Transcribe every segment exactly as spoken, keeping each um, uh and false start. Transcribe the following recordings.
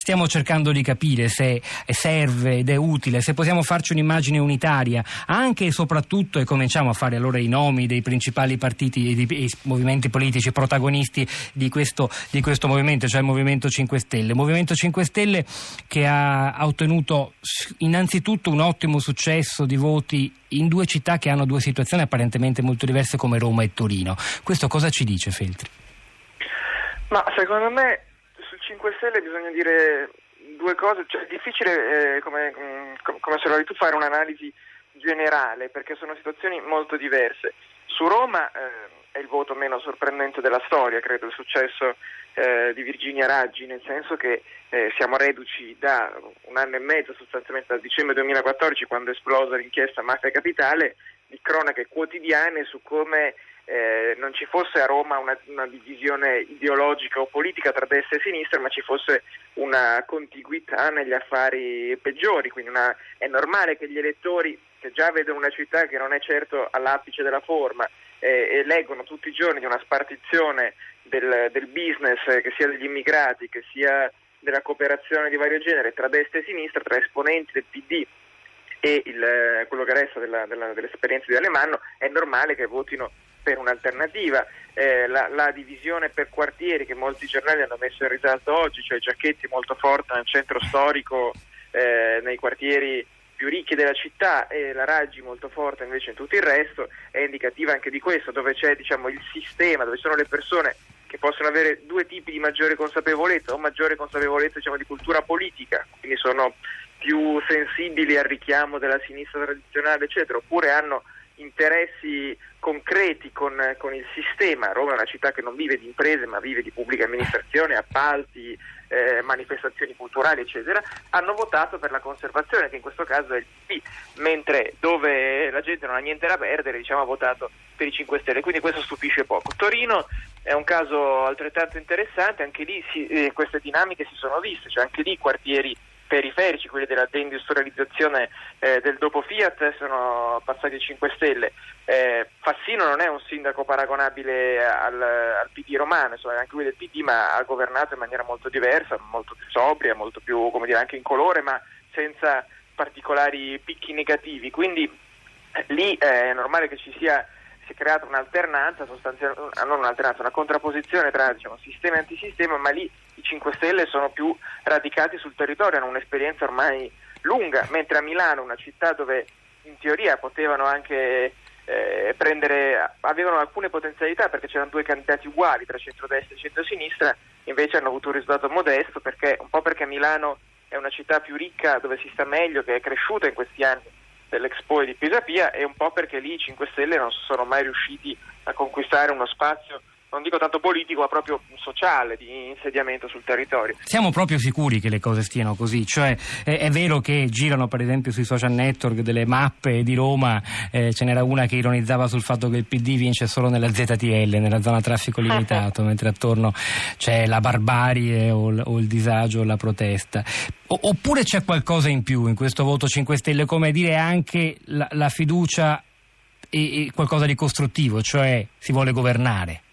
Stiamo cercando di capire se serve ed è utile, se possiamo farci un'immagine unitaria, anche e soprattutto, e cominciamo a fare allora i nomi dei principali partiti e dei movimenti politici protagonisti di questo, di questo movimento, cioè il Movimento cinque Stelle. Movimento cinque Stelle che ha, ha ottenuto innanzitutto un ottimo successo di voti in due città che hanno due situazioni apparentemente molto diverse come Roma e Torino. Questo cosa ci dice, Feltri? Ma secondo me sul cinque Stelle bisogna dire due cose, cioè è difficile, eh, come, come se tu fare un'analisi generale, perché sono situazioni molto diverse. Su Roma eh, è il voto meno sorprendente della storia, credo, il successo eh, di Virginia Raggi, nel senso che eh, siamo reduci da un anno e mezzo, sostanzialmente dal dicembre duemilaquattordici, quando è esplosa l'inchiesta Mafia Capitale, di cronache quotidiane su come Eh, non ci fosse a Roma una, una divisione ideologica o politica tra destra e sinistra, ma ci fosse una contiguità negli affari peggiori. Quindi una, è normale che gli elettori, che già vedono una città che non è certo all'apice della forma eh, e leggono tutti i giorni di una spartizione del, del business, eh, che sia degli immigrati, che sia della cooperazione di vario genere tra destra e sinistra, tra esponenti del P D e il, quello che resta della, della, dell'esperienza di Alemanno, è normale che votino per un'alternativa. Eh, la, la divisione per quartieri che molti giornali hanno messo in risalto oggi, cioè Giachetti molto forte nel centro storico, eh, nei quartieri più ricchi della città, e la Raggi molto forte invece in tutto il resto, è indicativa anche di questo, dove c'è diciamo il sistema, dove sono le persone che possono avere due tipi di maggiore consapevolezza, o maggiore consapevolezza diciamo di cultura politica, quindi sono più sensibili al richiamo della sinistra tradizionale eccetera, oppure hanno interessi concreti con, con il sistema. Roma è una città che non vive di imprese ma vive di pubblica amministrazione, appalti, eh, manifestazioni culturali eccetera, hanno votato per la conservazione, che in questo caso è il P D, mentre dove la gente non ha niente da perdere diciamo ha votato per i cinque Stelle, quindi questo stupisce poco. Torino è un caso altrettanto interessante, anche lì si, eh, queste dinamiche si sono viste, cioè anche lì quartieri periferici, quelli della deindustrializzazione eh, del dopo Fiat, sono passati a cinque Stelle. Eh, Fassino non è un sindaco paragonabile al, al P D romano, insomma, anche lui del P D, ma ha governato in maniera molto diversa, molto più sobria, molto più, come dire, anche incolore, ma senza particolari picchi negativi. Quindi eh, lì eh, è normale che ci sia si è creata un'alternanza, sostanzialmente non un'alternanza, una contrapposizione tra diciamo sistema e antisistema, ma lì i cinque Stelle sono più radicati sul territorio, hanno un'esperienza ormai lunga, mentre a Milano, una città dove in teoria potevano anche eh, prendere, avevano alcune potenzialità perché c'erano due candidati uguali tra centrodestra e centrosinistra, invece hanno avuto un risultato modesto, perché un po' perché Milano è una città più ricca dove si sta meglio, che è cresciuta in questi anni dell'Expo e di Pisapia, e un po' perché lì i cinque Stelle non sono mai riusciti a conquistare uno spazio, non dico tanto politico, ma proprio sociale, di insediamento sul territorio. Siamo proprio sicuri che le cose stiano così? Cioè è, è vero che girano per esempio sui social network delle mappe di Roma, eh, ce n'era una che ironizzava sul fatto che il P D vince solo nella Z T L, nella zona traffico limitato, mentre attorno c'è la barbarie o, o il disagio o la protesta. O, oppure c'è qualcosa in più in questo voto cinque Stelle, come dire anche la, la fiducia e, e qualcosa di costruttivo, cioè si vuole governare?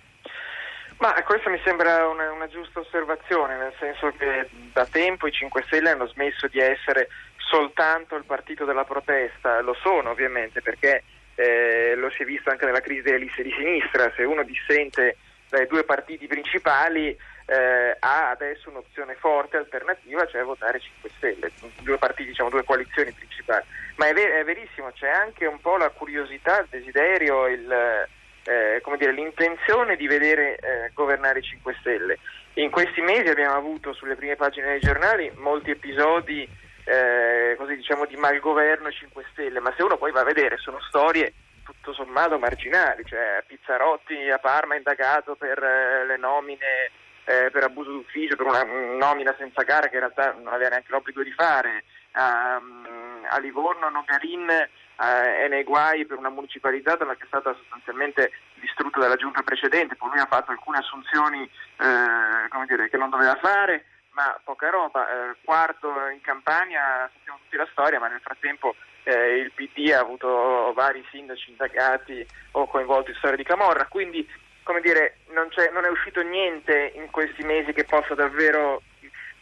Ma questa mi sembra una, una giusta osservazione, nel senso che da tempo i cinque Stelle hanno smesso di essere soltanto il partito della protesta, lo sono ovviamente perché eh, lo si è visto anche nella crisi delle liste di sinistra, se uno dissente dai due partiti principali eh, ha adesso un'opzione forte alternativa, cioè votare cinque Stelle, due partiti, diciamo due coalizioni principali, ma è, ver- è verissimo, c'è anche un po' la curiosità, il desiderio, il... Eh, come dire, l'intenzione di vedere eh, governare i cinque Stelle. In questi mesi abbiamo avuto sulle prime pagine dei giornali molti episodi eh, così diciamo di malgoverno cinque Stelle, ma se uno poi va a vedere sono storie tutto sommato marginali, cioè Pizzarotti a Parma indagato per eh, le nomine eh, per abuso d'ufficio, per una nomina senza gara che in realtà non aveva neanche l'obbligo di fare, a, a Livorno Nogarin è nei guai per una municipalizzata ma che è stata sostanzialmente distrutta dalla giunta precedente, poi lui ha fatto alcune assunzioni eh, come dire, che non doveva fare, ma poca roba. Eh, quarto in Campania, sappiamo tutti la storia, ma nel frattempo eh, il P D ha avuto vari sindaci indagati o coinvolti in storia di camorra, quindi come dire non, c'è, non è uscito niente in questi mesi che possa davvero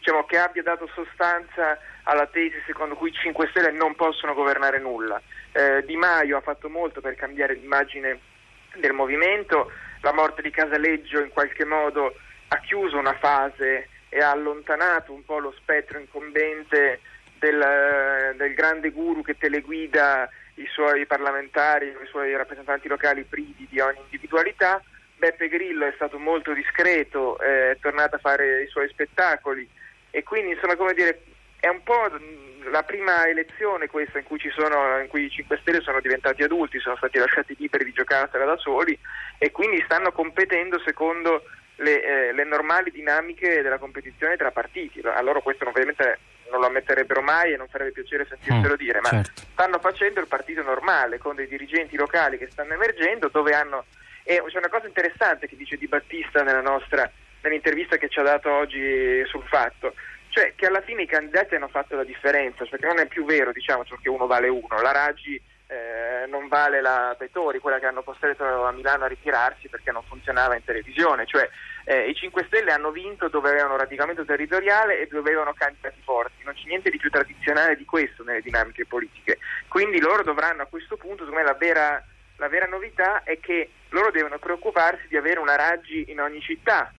diciamo, che abbia dato sostanza alla tesi secondo cui i cinque Stelle non possono governare nulla. Eh, Di Maio ha fatto molto per cambiare l'immagine del movimento, la morte di Casaleggio in qualche modo ha chiuso una fase e ha allontanato un po' lo spettro incombente del, del grande guru che teleguida i suoi parlamentari, i suoi rappresentanti locali privi di ogni individualità. Beppe Grillo è stato molto discreto, è tornato a fare i suoi spettacoli e quindi insomma, come dire, è un po' la prima elezione questa in cui ci sono, in cui i cinque Stelle sono diventati adulti, sono stati lasciati liberi di giocarsela da soli e quindi stanno competendo secondo le, eh, le normali dinamiche della competizione tra partiti. A loro questo ovviamente non lo ammetterebbero mai e non farebbe piacere sentirselo mm, dire, ma certo. Stanno facendo il partito normale con dei dirigenti locali che stanno emergendo, dove hanno. E c'è una cosa interessante che dice Di Battista nella nostra nell'intervista che ci ha dato oggi sul Fatto, cioè che alla fine i candidati hanno fatto la differenza, perché non è più vero, diciamo, che uno vale uno. La Raggi eh, non vale la Petori, quella che hanno costretto a Milano a ritirarsi perché non funzionava in televisione, cioè eh, i cinque Stelle hanno vinto dove avevano radicamento territoriale e dove avevano candidati forti, non c'è niente di più tradizionale di questo nelle dinamiche politiche, quindi loro dovranno a questo punto, secondo me la vera, la vera novità è che loro devono preoccuparsi di avere una Raggi in ogni città,